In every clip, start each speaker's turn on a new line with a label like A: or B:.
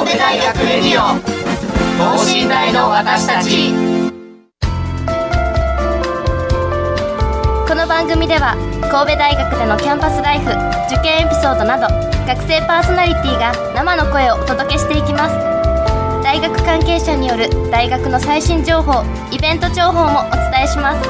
A: 神戸大学レディオ等身大の私たち。
B: この番組では神戸大学でのキャンパスライフ、受験エピソードなど学生パーソナリティが生の声をお届けしていきます。大学関係者による大学の最新情報、イベント情報もお伝えします。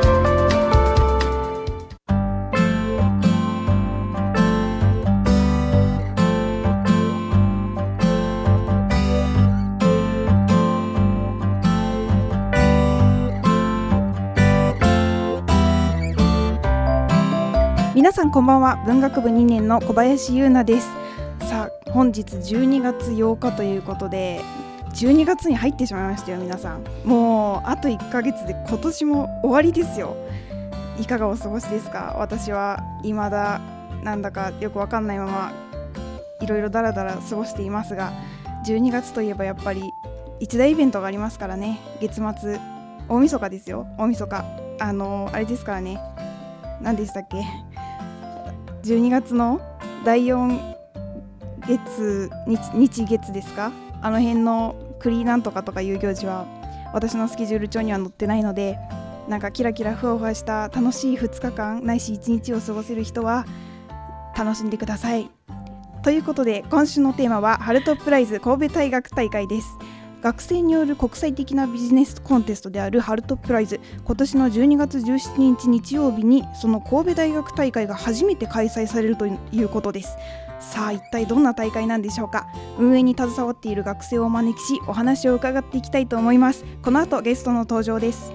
C: 皆さんこんばんは。文学部2年の小林優奈です。さあ本日12月8日ということで12月に入ってしまいましたよ。皆さんもうあと1ヶ月で今年も終わりですよ。いかがお過ごしですか？私は未だなんだかよくわかんないままいろいろだらだら過ごしていますが、12月といえばやっぱり一大イベントがありますからね。月末大晦日ですよ。大晦日あれですからね。何でしたっけ？12月の第4月日月ですか？あの辺の栗なんとかとかいう行事は私のスケジュール帳には載ってないので、なんかキラキラふわふわした楽しい2日間ないし1日を過ごせる人は楽しんでください。ということで今週のテーマはハルトプライズ神戸大学大会です。学生による国際的なビジネスコンテストであるハルトプライズ、今年の12月17日日曜日にその神戸大学大会が初めて開催されるということです。さあ一体どんな大会なんでしょうか。運営に携わっている学生をお招きしお話を伺っていきたいと思います。この後ゲストの登場です。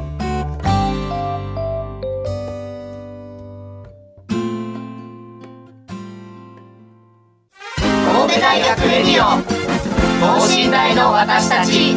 A: 神戸大学レディオ等身大の私たち。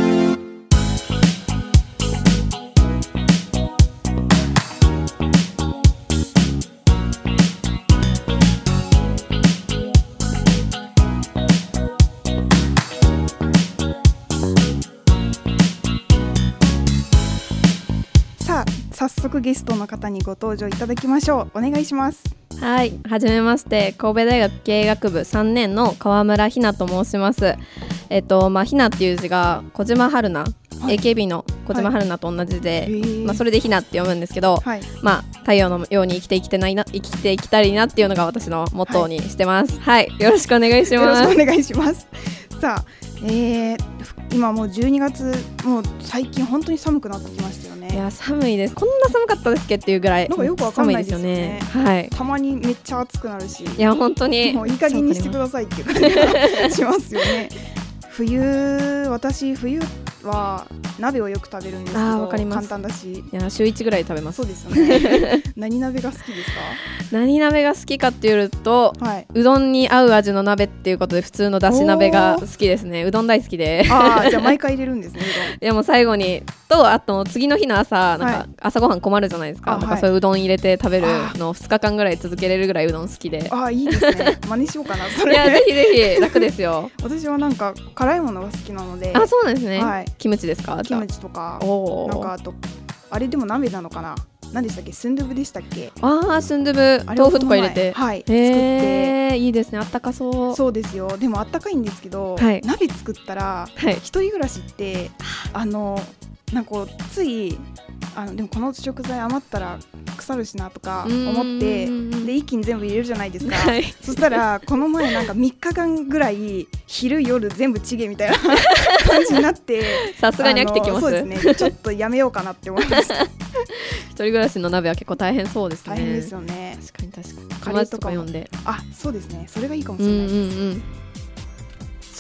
C: さあ早速ゲストの方にご登場いただきましょう。お願いします。
D: はい、はじめまして。神戸大学経営学部3年の川村ひなと申します。ひなっていう字が小島春菜、はい、AKB の小島春菜と同じで、それでひなって読むんですけど、太陽のように生きていきたいなっていうのが私のモットーにしてます。はい、よろしくお願いします。
C: よろしくお願いします。さあ、今もう12月、もう最近本当に寒くなってきましたよね。
D: いや寒いです。こんな寒かったですっけっていうぐらい
C: なんかよくわかんないですよね。
D: はい、
C: たまにめっちゃ暑くなるし、
D: いや本当に
C: もういい加減にしてくださいっていう感じがしますよね。私冬は鍋をよく食べるんですけど、簡単だし、
D: いや週1ぐらい食べます。
C: そうですよね。何鍋が好きですか？
D: 何鍋が好きかっていうと、うどんに合う味の鍋っていうことで普通のだし鍋が好きですね。うどん大好きで。
C: じゃあ毎回入れるんですね。うどん。
D: いやもう最後にと、あと次の日の朝なんか朝ごはん困るじゃないですか。なんかそういううどん入れて食べるのを2日間ぐらい続けれるぐらいうどん好きで。
C: いいですね。真似しようかなそれ。
D: いやぜひぜひ楽ですよ。
C: 私はなんか辛いものが好きなので。
D: そうなんですね。キムチですか？
C: キムチとか、なんかあとあれでも鍋なのかな。何でしたっけ？スンドゥブでしたっけ？
D: スンドゥブ豆腐とか入れて、
C: 作って
D: いいですね。あったかそう。
C: そうですよ。でもあったかいんですけど、鍋作ったら一人暮らしってなんかついでもこの食材余ったら腐るしなとか思ってで一気に全部入れるじゃないですか。そしたらこの前なんか3日間ぐらい昼夜全部チゲみたいな感じになって
D: さすがに飽きてきます。
C: そうですね。ちょっとやめようかなって思いました。
D: 一人暮らしの鍋は結構大変そうですね。
C: 大変ですよね。
D: 確かにカレーとか読んで。
C: そうですね。それがいいかもしれないです。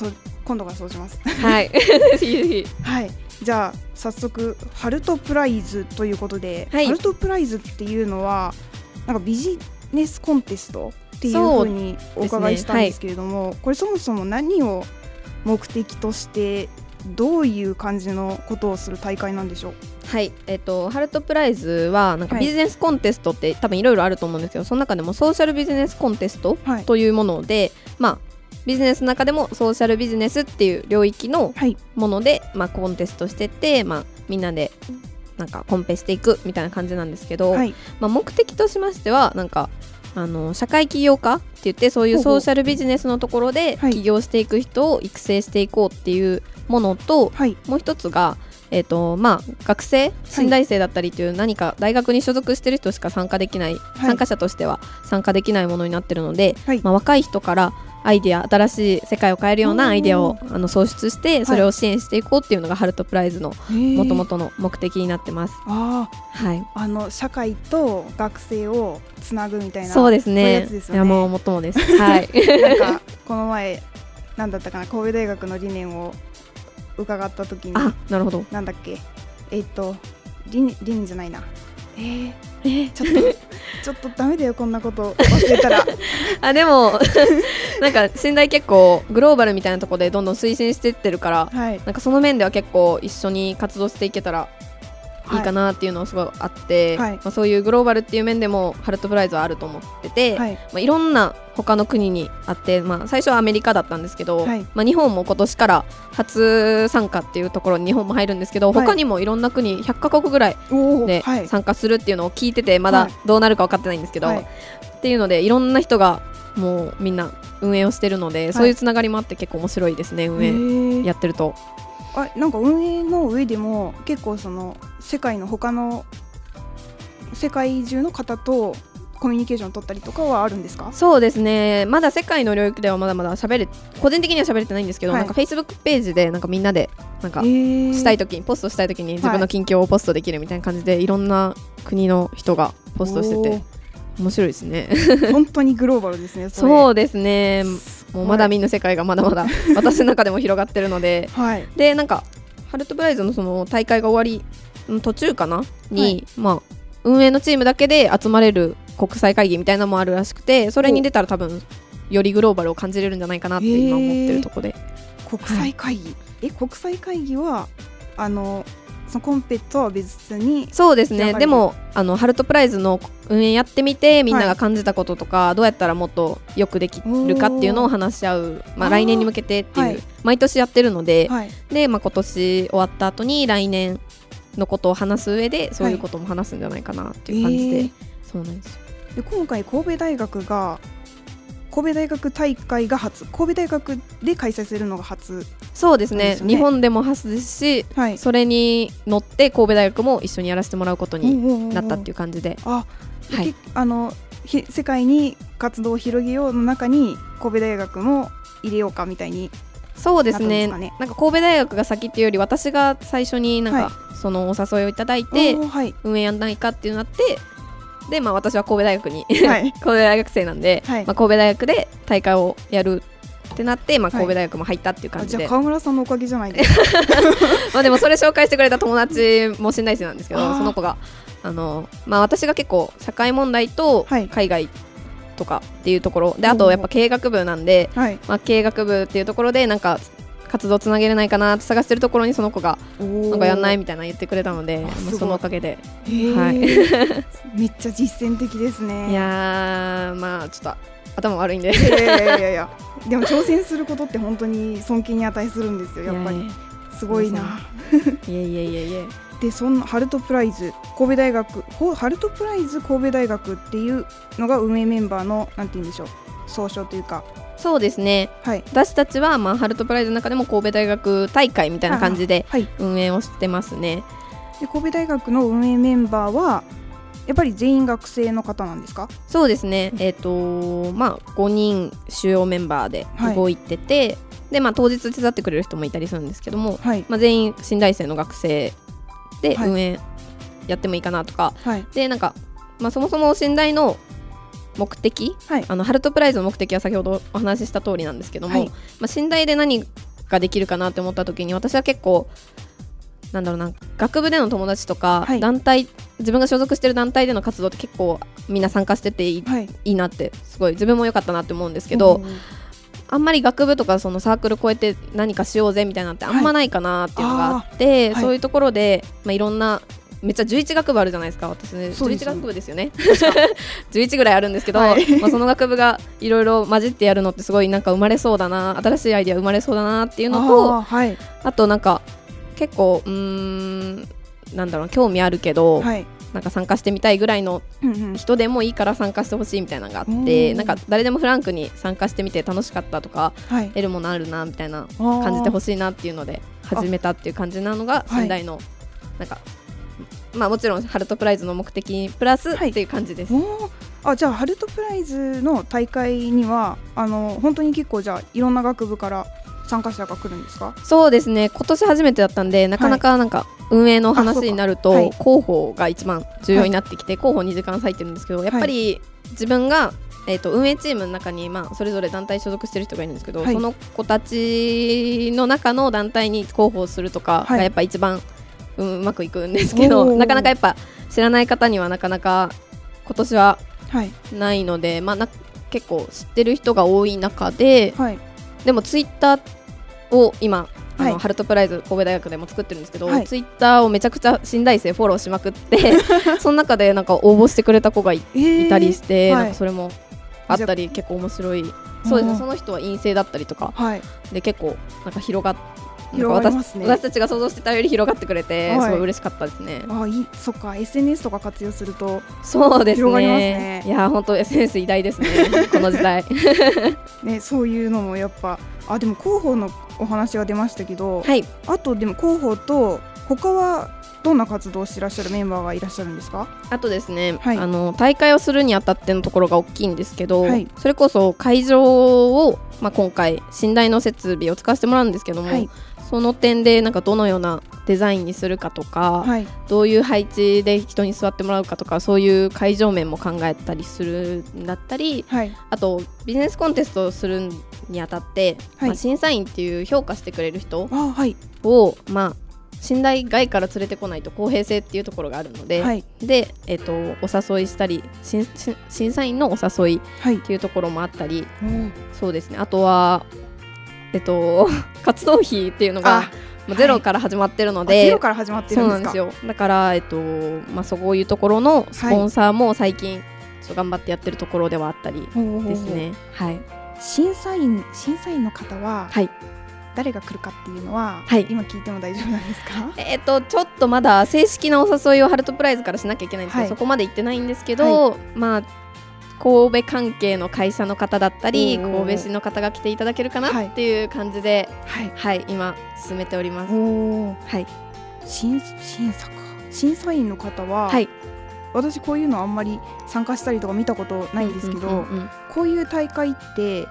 C: 今度からそうします。
D: はい。
C: はい。じゃあ早速ハルトプライズということで、ハルトプライズっていうのはなんかビジネスコンテストっていう風にお伺いしたんですけれども、これそもそも何を目的としてどういう感じのことをする大会なんでしょう？
D: はい、ハルトプライズはなんかビジネスコンテストって多分いろいろあると思うんですけど、その中でもソーシャルビジネスコンテストというもので、ビジネスの中でもソーシャルビジネスっていう領域のもので、コンテストしてて、みんなでなんかコンペしていくみたいな感じなんですけど、目的としましてはなんか社会起業家って言ってそういうソーシャルビジネスのところで
C: はい
D: 起業していく人を育成していこうっていうものと、
C: はい
D: もう一つが、学生新大生だったりという何か大学に所属してる人しか参加できない、参加者としては参加できないものになってるので、
C: はい
D: 若い人からアイデア、新しい世界を変えるようなアイデアを創出してそれを支援していこうっていうのがハルトプライズのもともとの目的になってます。
C: あ
D: はい、
C: あ社会と学生をつなぐみたいな
D: そうです
C: そういうや
D: ね。
C: つですよね。
D: いやもうもっともです。はい。
C: なんかこの前なんだったかな、神戸大学の理念を伺った時に
D: あ、なるほど。
C: なんだっけ理念じゃないなちょっとダメだよこんなこと忘れたら
D: あ、でもなんか信大結構グローバルみたいなところでどんどん推進していってるから
C: はい
D: なんかその面では結構一緒に活動していけたらいいかなっていうのはすごいあって、
C: はい
D: そういうグローバルっていう面でもハルトプライズはあると思ってて、
C: はい
D: いろんな他の国にあって、最初はアメリカだったんですけど、
C: はい
D: 日本も今年から初参加っていうところに日本も入るんですけど、
C: はい
D: 他にもいろんな国100カ国ぐらいで
C: おーはい
D: 参加するっていうのを聞いててまだ
C: はい
D: どうなるか分かってないんですけど、
C: はい
D: っていうのでいろんな人がもうみんな運営をしてるので、そういうつながりもあって結構面白いですね、運営
C: へー
D: やってると。
C: なんか運営の上でも結構その世界中の方とコミュニケーション取ったりとかはあるんですか？
D: そうですね、まだ世界の領域ではまだまだ個人的には喋れてないんですけど、
C: はい
D: なんか Facebook ページでなんかみんなでなんかしたい時にポストしたい時に自分の近況をポストできるみたいな感じで、いろんな国の人がポストしてて面白いですね。
C: 本当にグローバルですね。
D: そうですね、もうまだ
C: み
D: 見ぬ世界がまだまだ私の中でも広がってるので
C: はい
D: でなんかハルトプライズのその大会が終わり途中かなに、運営のチームだけで集まれる国際会議みたいなのもあるらしくて、それに出たら多分よりグローバルを感じれるんじゃないかなって今思ってるとこで。
C: 国際会議、国際会議はそのコンペとは別に
D: そうですね、
C: 開かれる
D: でもハルトプライズの運営やってみてみんなが感じたこととか、どうやったらもっとよくできるかっていうのを話し合う、来年に向けてっていう、
C: はい
D: 毎年やってるので、
C: はい
D: で、今年終わった後に来年のことを話す上でそういうことも話すんじゃないかなっていう感じで、そうなんですよ。
C: で今回神戸大学大会が初、神戸大学で開催するのが初、
D: そうですね、
C: そうですよね
D: 日本でも初ですし、
C: はい、
D: それに乗って神戸大学も一緒にやらせてもらうことになったっていう感じで、
C: あ、で
D: はい
C: 世界に活動を広げようの中に神戸大学も入れようかみたいに。
D: そうですね、
C: なったんですかね。
D: なんか神戸大学が先っていうより私が最初になんかそのお誘いをいただいて、
C: おーはい
D: 運営やんないかっていうのがあって、で、私は神戸大学に、
C: はい
D: 神戸大学生なんで、
C: はい
D: 神戸大学で大会をやるってなって、神戸大学も入ったっていう感じで、
C: じゃあ川村さんのおかげじゃないですか。
D: でもそれ紹介してくれた友達も新大生なんですけど、
C: あー
D: その子が私が結構社会問題と
C: はい
D: 海外とかっていうところで、あとやっぱ経営学部なんで、
C: はい、
D: 経営学部っていうところでなんか活動つなげれないかなって探してるところにその子がなんかやんないみたいな言ってくれたので、
C: すごい
D: そのおかげで、
C: へー
D: はい
C: めっちゃ実践的ですね。
D: いやーちょっと頭悪いんで
C: いやでも挑戦することって本当に尊敬に値するんですよ、やっぱりすごいな。
D: いえいえいえいえ。
C: でそんなハルトプライズ神戸大学ハルトプライズ神戸大学っていうのが運営メンバーのなんて言うんでしょう、総称というか、
D: そうですね、
C: はい
D: 私たちはハルトプライズの中でも神戸大学大会みたいな感じで
C: はい、
D: 運営をしてますね。
C: で神戸大学の運営メンバーはやっぱり全員学生の方なんですか？
D: そうですね、5人主要メンバーで動いてて、で当日手伝ってくれる人もいたりするんですけども、
C: はい
D: 全員新大生の学生で
C: はい
D: 運営やってもいいかなとか、
C: はい
D: でなんか、そもそも新大の目的、
C: はい
D: ハルトプライズの目的は先ほどお話しした通りなんですけども、
C: はい
D: 新大で何ができるかなって思った時に、私は結構なんだろうな、学部での友達とか、
C: はい
D: 団体、自分が所属してる団体での活動って結構みんな参加しててい
C: はい
D: いなってすごい自分も良かったなって思うんですけど、あんまり学部とかそのサークル超えて何かしようぜみたいなのってあんまないかなっていうのがあって、
C: はい
D: そういうところで、いろんなめっちゃ11学部あるじゃないですか、私ね、11
C: そうですよね
D: 学部ですよね11ぐらいあるんですけど、
C: はい
D: その学部がいろいろ混じってやるのってすごいなんか生まれそうだな、新しいアイデア生まれそうだなっていうのと、
C: はい
D: あとなんか結構なんだろう、興味あるけど、
C: はい
D: なんか参加してみたいぐらいの人でもいいから参加してほしいみたいなのがあって、なんか誰でもフランクに参加してみて楽しかったとか、得るものあるなみたいな感じてほしいなっていうので始めたっていう感じなのが信大のなんか、まあもちろんハルトプライズの目的プラスっていう感じです。
C: じゃあハルトプライズの大会には本当に結構じゃあいろんな学部から参加者が来るんですか？
D: そうですね、今年初めてだったんでなかなかなんか運営の話になると、広報が一番重要になってきて、広報2時間割いてるんですけど、やっぱり自分が、運営チームの中に、それぞれ団体所属してる人がいるんですけど、その子たちの中の団体に広報するとかがやっぱ一番うまくいくんですけど、なかなかやっぱ知らない方にはなかなか今年はないので、結構知ってる人が多い中で、でもツイッターを今ハルトプライズ神戸大学でも作ってるんですけど、ツイッターをめちゃくちゃ新大生フォローしまくってその中でなんか応募してくれた子がいたりして、なんかそれもあったり結構面白い。そうですね、その人は陰性だったりとか、で結構なんか広がりますね。私たちが想像してたより広がってくれて、すごい嬉しかったですね。
C: そっか、 SNS とか活用すると
D: そうですね、
C: 広がりますね。
D: いや本当 SNS 偉大ですねこの時代
C: ね、そういうのもやっぱでも広報のお話が出ましたけど、あとでも広報と他はどんな活動をしていらっしゃるメンバーがいらっしゃるんですか？
D: あとですね、大会をするにあたってのところが大きいんですけど、それこそ会場を、今回信大の設備を使わせてもらうんですけども、その点でなんかどのようなデザインにするかとか、どういう配置で人に座ってもらうかとか、そういう会場面も考えたりするんだったり、あとビジネスコンテストをするにあたって、審査員っていう評価してくれる人を、信大外から連れてこないと公平性っていうところがあるので、で、お誘いしたり審査員のお誘いっていうところもあったり、そうですね、あとは活動費っていうのがゼロから始まってるので、
C: ゼロから始まってるんですか？
D: そうなんですよ。だから、そういうところのスポンサーも最近ちょっと頑張ってやってるところではあったりですね。
C: 審査員の方は、誰が来るかっていうのは、今聞いても大丈夫なんですか？
D: ちょっとまだ正式なお誘いをハルトプライズからしなきゃいけないんですけど、そこまで行ってないんですけど、神戸関係の会社の方だったり神戸市の方が来ていただけるかなっていう感じで、今進めております。
C: 審査員の方は、私こういうのあんまり参加したりとか見たことないんですけど、こういう大会って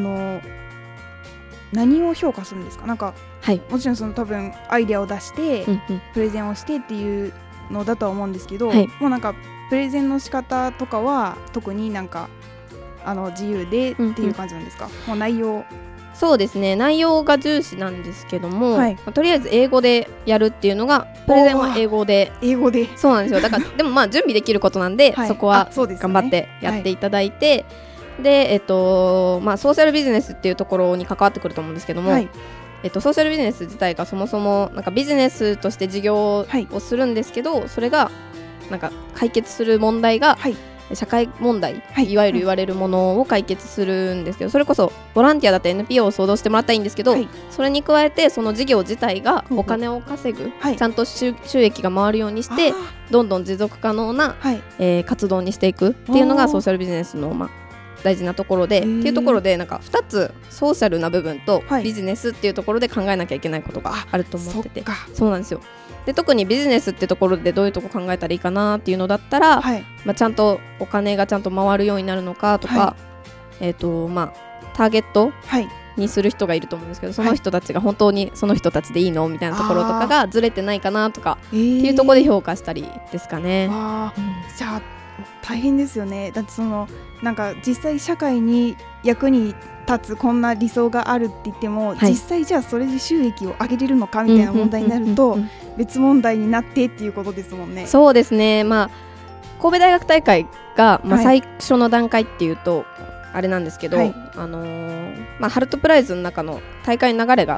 C: 何を評価するんですか？なんか、もちろんその多分アイデアを出して、プレゼンをしてっていうのだとは思うんですけど、もうなんかプレゼンの仕方とかは特になんか自由でっていう感じなんですか？もう内容。
D: そうですね、内容が重視なんですけども、とりあえず英語でやるっていうのが、プレゼンは英語でそうなんですよ。だからでも準備できることなんで、そこは頑張ってやっていただいて、でソーシャルビジネスっていうところに関わってくると思うんですけども、ソーシャルビジネス自体がそもそもなんかビジネスとして事業をするんですけど、それがなんか解決する問題が、社会問題、いわゆる言われるものを解決するんですけど、それこそボランティアだって NPO を想像してもらったらいいんですけど、それに加えてその事業自体がお金を稼ぐ、ちゃんと収益が回るようにしてどんどん持続可能な、活動にしていくっていうのがソーシャルビジネスの、大事なところで、っていうところでなんか2つソーシャルな部分とビジネスっていうところで考えなきゃいけないことがあると思ってて、そうなんですよ。で特にビジネスってところでどういうとこ考えたらいいかなっていうのだったら、ちゃんとお金がちゃんと回るようになるのかとか、ターゲットにする人がいると思うんですけど、その人たちが本当にその人たちでいいのみたいなところとかがずれてないかなとかっていうところで評価したりですかね。
C: じゃあ大変ですよね。だってなんか実際社会に役に立つこんな理想があるって言っても、実際じゃあそれで収益を上げれるのかみたいな問題になると別問題になってっていうことですもんね。
D: そうですね、神戸大学大会が、最初の段階っていうとあれなんですけど、ハルトプライズの中の大会の流れがあって、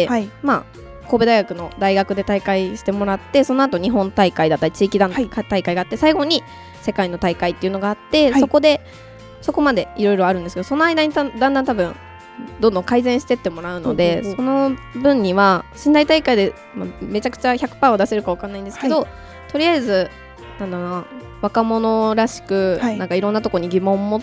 D: 神戸大学の大学で大会してもらって、その後日本大会だったり地域大会があって、最後に世界の大会っていうのがあって、そこまでいろいろあるんですけど、その間にだんだん多分どんどん改善してってもらうので、その分には信大大会で、めちゃくちゃ 100% を出せるか分かんないんですけど、とりあえずなんだろうな、若者らしく、
C: はい
D: なんかいろんなとこに疑問を持って、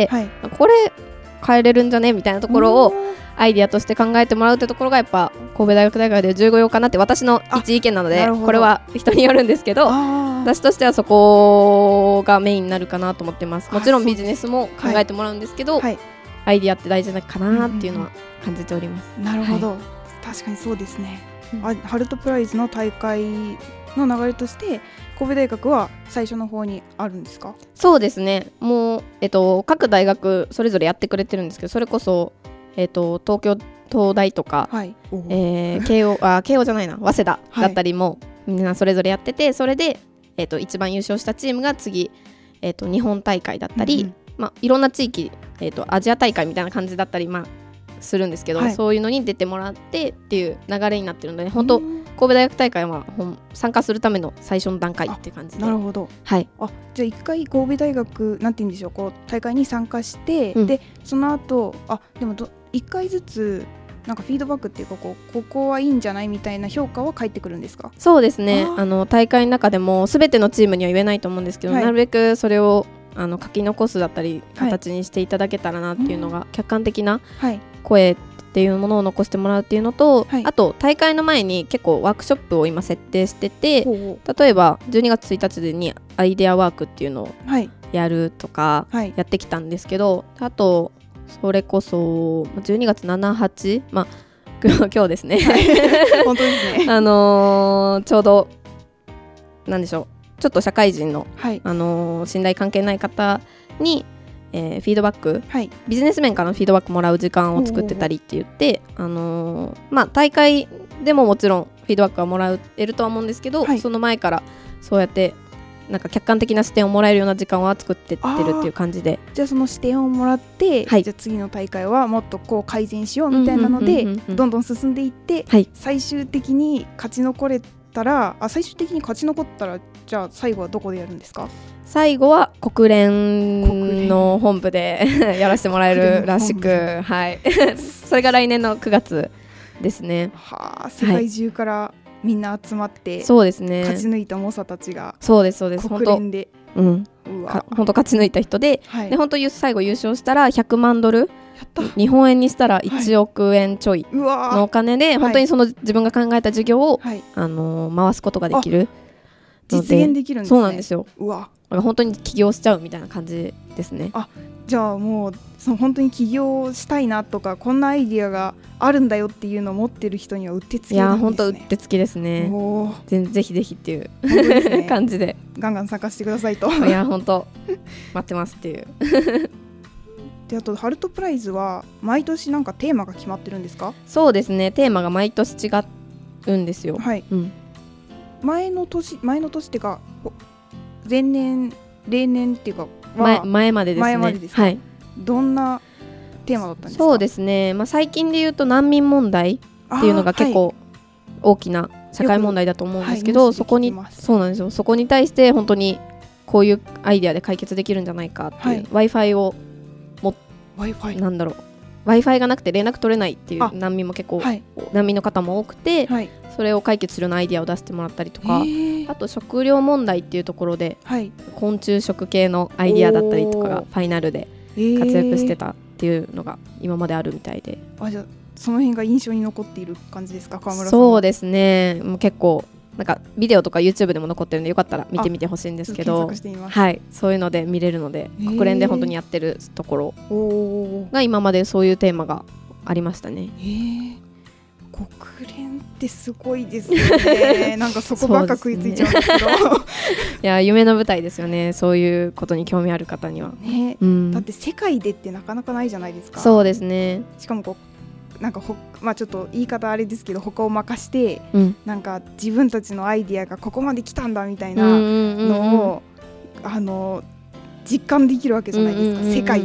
C: はい、
D: これ変えれるんじゃねみたいなところをアイディアとして考えてもらうってところがやっぱ神戸大学大会で15用かなって私の一意見なので、これは人によるんですけど、私としてはそこがメインになるかなと思ってます。もちろんビジネスも考えてもらうんですけど、はい、アイディアって大事なのかなっていうのは感じております。
C: なるほど、はい、確かにそうですね。ハルトプライズの大会の流れとして神戸大学は最初の方にあるんですか？
D: そうですね。もう、各大学それぞれやってくれてるんですけど、それこそ、東京東大とか、はい、慶応じゃないな、早稲田だったりも、みんなそれぞれやってて、それで、一番優勝したチームが次、日本大会だったり、いろんな地域、アジア大会みたいな感じだったり、するんですけど、はい、そういうのに出てもらってっていう流れになってるので、本当神戸大学大会は参加するための最初の段階っていう感じで。
C: なるほど、はい、じゃあ一回神戸大学なんて言うんでしょう、こう大会に参加して、でその後でも一回ずつなんかフィードバックっていうかここはいいんじゃないみたいな評価は返ってくるんですか？
D: そうですね。大会の中でも全てのチームには言えないと思うんですけど、はい、なるべくそれを書き残すだったり形にしていただけたらなっていうのが、客観的な声っていうものを残してもらうっていうのと、はい、あと大会の前に結構ワークショップを今設定してて、例えば12月1日にアイデアワークっていうのをやるとかやってきたんですけど、あとそれこそ12月7、8、今日ですね、はい、
C: 本当ですね。
D: ちょうどなんでしょう、ちょっと社会人の、はい、信頼関係ない方に、フィードバック、はい、ビジネス面からのフィードバックもらう時間を作ってたりって言って、大会でももちろんフィードバックはもらえるとは思うんですけど、はい、その前からそうやってなんか客観的な視点をもらえるような時間は作ってってるっていう感じで、
C: じゃあその視点をもらって、はい、じゃあ次の大会はもっとこう改善しようみたいなのでどんどん進んでいって、はい、最終的に勝ち残ったらじゃあ最後はどこでやるんですか？
D: 最後は国連の本部でやらせてもらえるらしく、はい、それが来年の9月ですね。
C: 世界中からみんな集まって、
D: そうですね、
C: 勝ち抜いた猛者たちが
D: 国連
C: で
D: 本当勝ち抜いた人で、で本当最後優勝したら100万ドル、日本円にしたら1億円ちょいのお金で、本当にその自分が考えた事業を、回すことができる、
C: 実現できるんですね。
D: そうなんですよ。本当に起業しちゃうみたいな感じですね。
C: じゃあもう本当に起業したいなとか、こんなアイディアがあるんだよっていうのを持ってる人にはうってつけなんですね。
D: いや本当うってつけですね。ぜひぜひっていう、ね、感じで
C: ガンガン参加してくださいと。
D: いや本当待ってますっていう
C: で、あとハルトプライズは毎年なんかテーマが決まってるんですか？
D: そうですね、テーマが毎年違うんですよ。はい、
C: 前の年っていうか例年っていうか
D: 前までですね。はい、
C: どんなテーマだったんですか？
D: そうですね、最近で言うと難民問題っていうのが結構大きな社会問題だと思うんですけど、そこに対して本当にこういうアイデアで解決できるんじゃないかっていう、Wi-Fi をなんだろう、Wi-Fi がなくて連絡取れないっていう難民も結構、難民の方も多くて、それを解決するようなアイデアを出してもらったりとか、あと食料問題っていうところで、昆虫食系のアイデアだったりとかがファイナルで活躍してたっていうのが今まであるみたいで、
C: じゃあその辺が印象に残っている感じですか、川村さん？
D: そうですね、もう結構なんかビデオとか YouTube でも残ってるんでよかったら見てみてほしいんですけど、はい、そういうので見れるので、国連で本当にやってるところが今までそういうテーマがありましたね。
C: 国連ってすごいですよね。なんかそこばっか食いついちゃうんですけどい
D: や夢の舞台ですよね、そういうことに興味ある方には、
C: だって世界でってなかなかないじゃないですか。
D: そうですね。
C: しかもなんかちょっと言い方あれですけど他を任して、なんか自分たちのアイディアがここまで来たんだみたいなのを実感できるわけじゃないですか、世界って。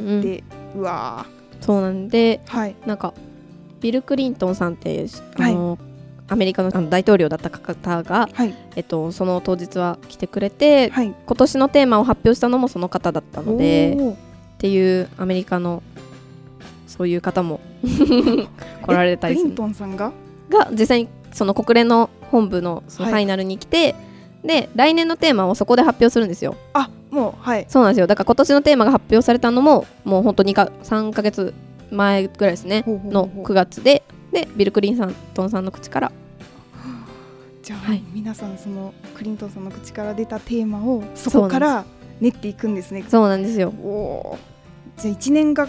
D: そうなんで、なんかビル・クリントンさんってアメリカの大統領だった方が、その当日は来てくれて、今年のテーマを発表したのもその方だったのでっていうアメリカのそういう方も来られたりする。
C: クリントンさんが
D: 実際にその国連の本部のそのファイナルに来て、 で来年のテーマをそこで発表するんですよ。
C: あ、もうはい。
D: そうなんですよ。だから今年のテーマが発表されたのももう本当に3ヶ月前ぐらいですね
C: ほうほうほう
D: の9月でビル・クリントンさんの口から
C: じゃあ、
D: はい、
C: 皆さんそのクリントンさんの口から出たテーマをそこから練っていくんですね。
D: そうなんですよ。
C: おー、じゃあ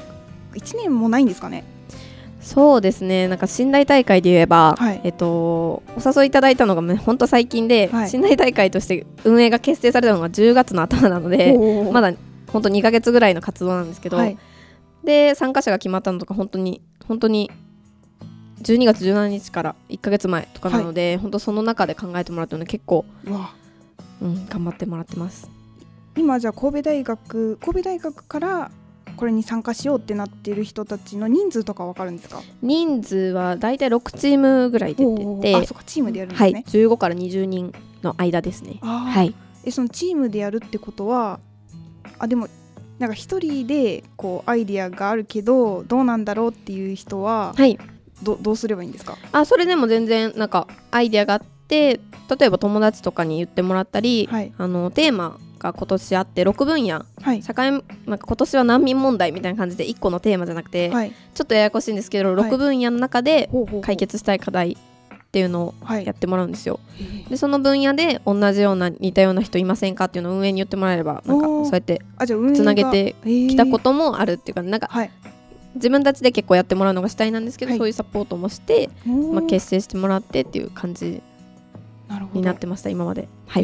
C: 1年もないんですかね。
D: そうですね。なんか寝台大会で言えば、
C: はい、
D: お誘いいただいたのが本当最近で、
C: はい、
D: 寝台大会として運営が結成されたのが10月の頭なのでまだ本当2ヶ月ぐらいの活動なんですけど、はい、で参加者が決まったのとか本当に12月17日から1ヶ月前とかなので、はい、本当その中で考えてもらったので結構、頑張ってもらってます。
C: 今じゃあ神戸大学からこれに参加しようってなっている人たちの人数とか分かるんですか？
D: 人数はだいたい6チームぐらい出てて、
C: あ、そうか、チームでやるんですね。はい、
D: 15から20人の間ですね。はい、
C: そのチームでやるってことはでもなんか一人でこうアイディアがあるけどどうなんだろうっていう人は、はい、どうすればいいんですか？
D: それでも全然なんかアイディアがあって例えば友達とかに言ってもらったり、はい、テーマが今年あって6分野、はい、なんか今年は難民問題みたいな感じで1個のテーマじゃなくて、はい、ちょっとややこしいんですけど、6分野の中で解決したい課題っていうのをやってもらうんですよ。でその分野で同じような似たような人いませんかっていうのを運営に言ってもらえればなんかそうやってつなげてきたこともあるっていうか、なんか、はい、自分たちで結構やってもらうのが主体なんですけど、はい、そういうサポートもして、結成してもらってっていう感じになってました今まで。はい、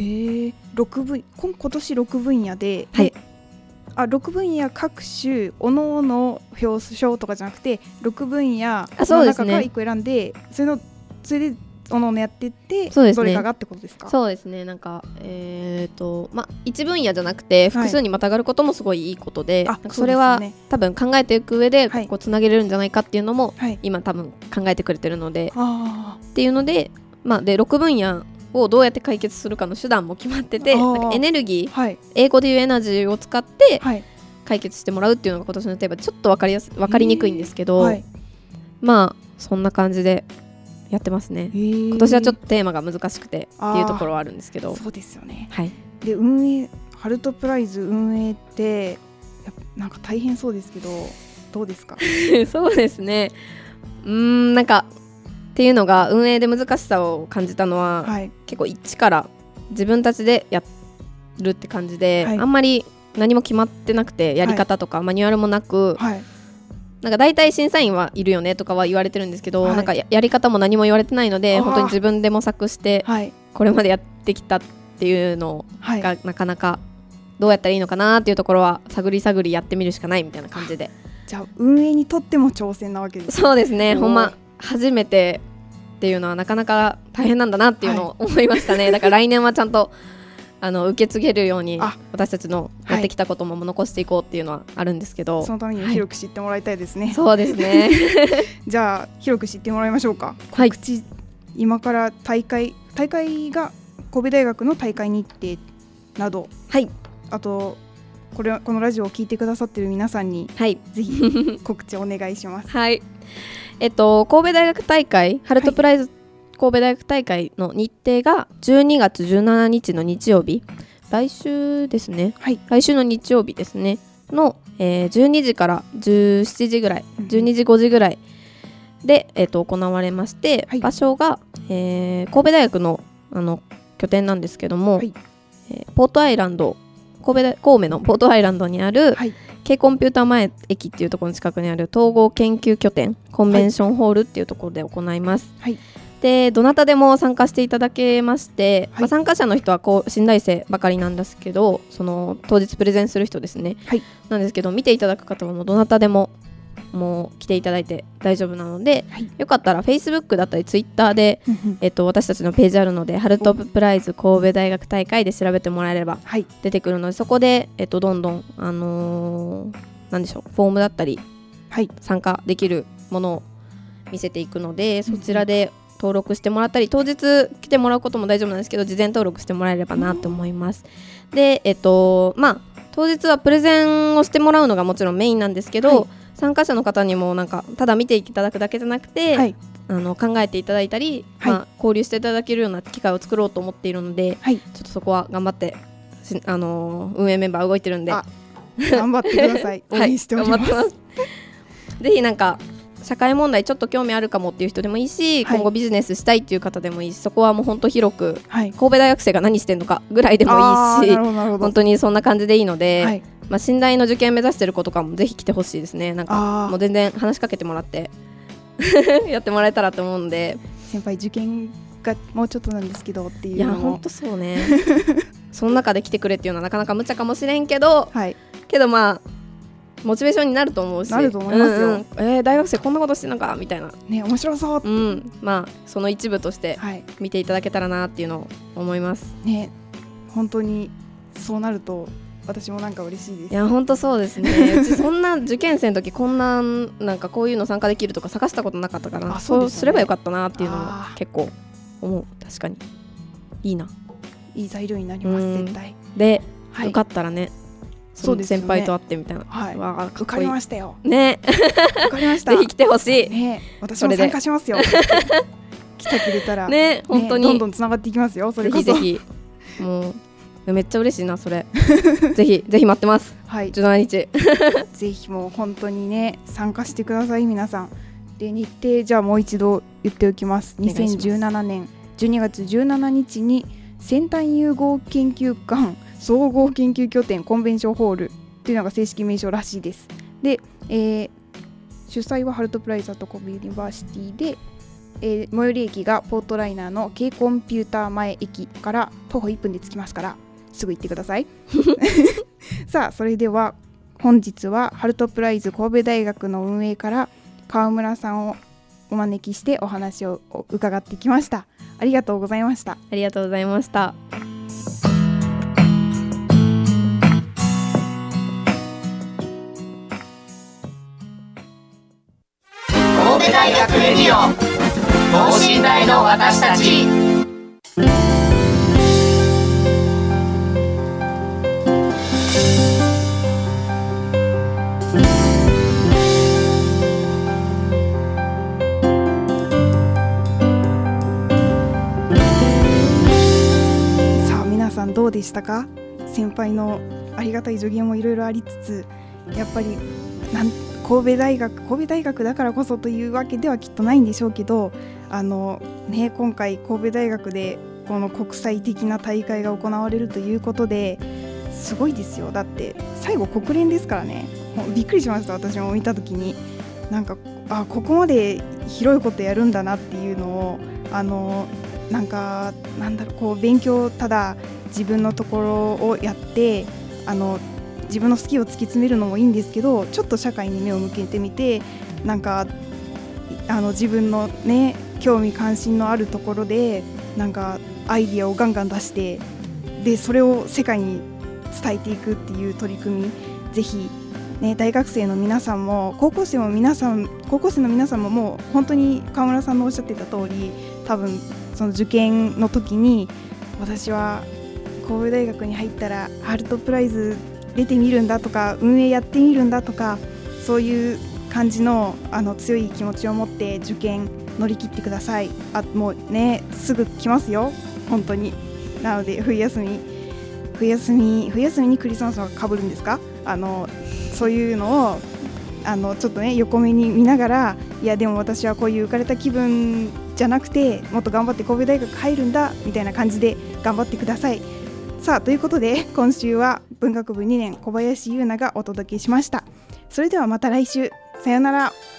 C: 今年6分野で、はい、6分野各種おのおの表彰とかじゃなくて6分野の中から1個選んで、それでおのおのやってって、どれかがってことですか？
D: そうですね。なんか一分野じゃなくて複数にまたがることもすごいいいことで、はい、それは、ね、多分考えていく上でこうつなげれるんじゃないかっていうのも、はい、今多分考えてくれてるので、っていうので、で6分野をどうやって解決するかの手段も決まってて、なんかエネルギー、はい、英語でいうエナジーを使って解決してもらうっていうのが今年のテーマでちょっと分かりにくいんですけど、そんな感じでやってますね。今年はちょっとテーマが難しくてっていうところはあるんですけど。
C: そうですよね。
D: はい、
C: でハルトプライズ運営ってなんか大変そうですけどどうですか？
D: そうですね。なんかっていうのが運営で難しさを感じたのは、はい、結構一から自分たちでやるって感じで、はい、あんまり何も決まってなくてやり方とかマニュアルもなく、はい、なんか大体審査員はいるよねとかは言われてるんですけど、はい、なんか やり方も何も言われてないので本当に自分で模索してこれまでやってきたっていうのがなかなかどうやったらいいのかなっていうところは探りやってみるしかないみたいな感じで。
C: じゃあ運営にとっても挑戦なわけですね。
D: そうですね。ほんま初めてっていうのはなかなか大変なんだなっていうのを思いましたね。はい、だから来年はちゃんと受け継げるように私たちのやってきたことも残していこうっていうのはあるんですけど、
C: そのために広く知ってもらいたいですね。はい、
D: そうですね。
C: じゃあ広く知ってもらいましょうか。告知、今から大会が神戸大学の大会日程など、はい、あとこのラジオを聞いてくださっている皆さんに、はい、ぜひ告知お願いします。
D: はい、神戸大学大会ハルトプライズ神戸大学大会の日程が12月17日の日曜日、来週ですね、はい、来週の日曜日ですねの、12時から17時ぐらい、12時5時ぐらいで、行われまして、はい、場所が、神戸大学の拠点なんですけども、はい、ポートアイランド神戸のポートアイランドにある、はい、K コンピューター前駅っていうところの近くにある統合研究拠点コンベンションホールっていうところで行います。はい、でどなたでも参加していただけまして、はい、参加者の人は新大生ばかりなんですけど、その当日プレゼンする人ですね、はい、なんですけど見ていただく方はもうどなたでももう来ていただいて大丈夫なので、はい、よかったら Facebook だったり Twitter で、私たちのページあるのでハルトプライズ神戸大学大会で調べてもらえれば出てくるので、そこで、どんどん、なんでしょうフォームだったり、はい、参加できるものを見せていくので、そちらで登録してもらったり、当日来てもらうことも大丈夫なんですけど事前登録してもらえればなと思います。で、当日はプレゼンをしてもらうのがもちろんメインなんですけど、はい、参加者の方にもなんかただ見ていただくだけじゃなくて、はい、 考えていただいたり、
C: はい
D: 交流していただけるような機会を作ろうと思っているので、
C: はい
D: ちょっとそこは頑張って運営メンバー動いてるんで
C: あ頑張ってください応援しております、
D: はい、頑張ってますぜひなんか社会問題ちょっと興味あるかもっていう人でもいいし、
C: はい
D: 今後ビジネスしたいっていう方でもいいし、そこはもう本当広く、
C: はい
D: 神戸大学生が何してんのかぐらいでも
C: あー
D: いいし
C: なるほどなるほど
D: 本当にそんな感じでいいので、
C: はい
D: 信大の受験目指してる子とかもぜひ来てほしいですね。なん
C: あー
D: かもう全然話しかけてもらってやってもらえたらと思うんで、
C: 先輩受験がもうちょっとなんですけどってい
D: いうや
C: のも
D: 本当そうねその中で来てくれっていうのはなかなか無茶かもしれんけど、
C: はい
D: けどモチベーションになると思うし、
C: なると思いますよ
D: 大学生こんなことしてんのかみたいな、
C: ね面白そう
D: その一部として
C: はい
D: 見ていただけたらなっていうのを思います。
C: ね本当にそうなると私もなんか嬉しいです。
D: いや本当そうですねうちそんな受験生の時こんななんかこういうの参加できるとか探したことなかったから、
C: あそうですよね
D: すればよかったなっていうのも
C: あー
D: 結構思う。確かにいいな。
C: いい材料になります
D: うん
C: 絶対。
D: で、
C: はい
D: 受かったらね
C: そうですよね
D: 先輩と会ってみたいな、
C: はい
D: わあか
C: 受かり
D: っこいい
C: ましたよ。
D: ね
C: 受かりました。
D: ぜひ来てほしい
C: ね私も
D: それで
C: 参加しますよ。来てくれたら
D: ね本当に、
C: どんどんつながっていきますよ。それこそ
D: ぜひぜひもうめっちゃ嬉しいなそれぜひぜひ待ってます
C: はい
D: 17日
C: ぜひもう本当にね参加してください皆さん。で日程じゃあもう一度言っておきます。
D: お願いします
C: 2017年12月17日に先端融合研究館総合研究拠点コンベンションホールというのが正式名称らしいです。で、主催はハルトプライズアット神戸ユニバーシティで、最寄り駅がポートライナーの K コンピューター前駅から徒歩1分で着きますからすぐ行ってくださいさあそれでは本日はハルトプライズ神戸大学の運営から川村さんをお招きしてお話を伺ってきました。ありがとうございました。
D: ありがとうございました。
A: 神戸大学レディオ等身大の私たち。
C: さあ皆さんどうでしたか。先輩のありがたい助言もいろいろありつつやっぱり神戸大学だからこそというわけではきっとないんでしょうけど今回神戸大学でこの国際的な大会が行われるということですごいですよ。だって最後国連ですからね。もうびっくりしました。私も見た時になんかここまで広いことやるんだなっていうのを勉強ただ自分のところをやって自分の好きを突き詰めるのもいいんですけどちょっと社会に目を向けてみて自分のね興味関心のあるところでアイディアをガンガン出してでそれを世界に伝えていくっていう取り組みぜひね大学生の皆さんも高校生の皆さんももう本当に川村さんのおっしゃってた通り多分その受験の時に私は神戸大学に入ったらハルトプライズ出てみるんだとか運営やってみるんだとかそういう感じの強い気持ちを持って受験乗り切ってください。もうねすぐ来ますよ本当に。なので冬休みにクリスマスが被るんですか。そういうのをちょっとね横目に見ながらいやでも私はこういう浮かれた気分じゃなくてもっと頑張って神戸大学入るんだみたいな感じで頑張ってください。さあということで今週は文学部2年小林優奈がお届けしました。それではまた来週さよなら。